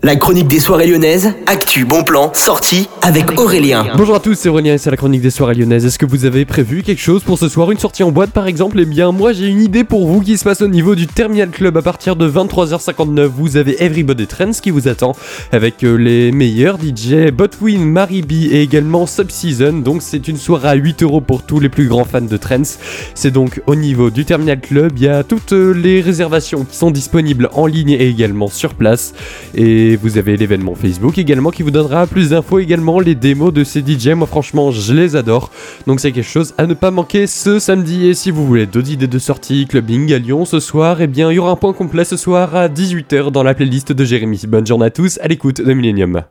La chronique des soirées lyonnaises, actu, bon plan, sortie avec Aurélien. Bonjour à tous, c'est Aurélien et c'est la chronique des soirées lyonnaises. Est-ce que vous avez prévu quelque chose pour ce soir, une sortie en boîte par exemple? Eh bien moi j'ai une idée pour vous qui se passe au niveau du Terminal Club à partir de 23h59. Vous avez Everybody Trends qui vous attend avec les meilleurs DJ, Botwin, Mary B et également Subseason. Donc c'est une soirée à 8€ pour tous les plus grands fans de trance. C'est donc au niveau du Terminal Club, il y a toutes les réservations qui sont disponibles en ligne et également sur place. Et vous avez l'événement Facebook également qui vous donnera plus d'infos, également les démos de ces DJ. Moi franchement je les adore, donc c'est quelque chose à ne pas manquer ce samedi. Et si vous voulez d'autres idées de sortie clubbing à Lyon ce soir, eh bien il y aura un point complet ce soir à 18h dans la playlist de Jérémy. Bonne journée à tous à l'écoute de Millennium.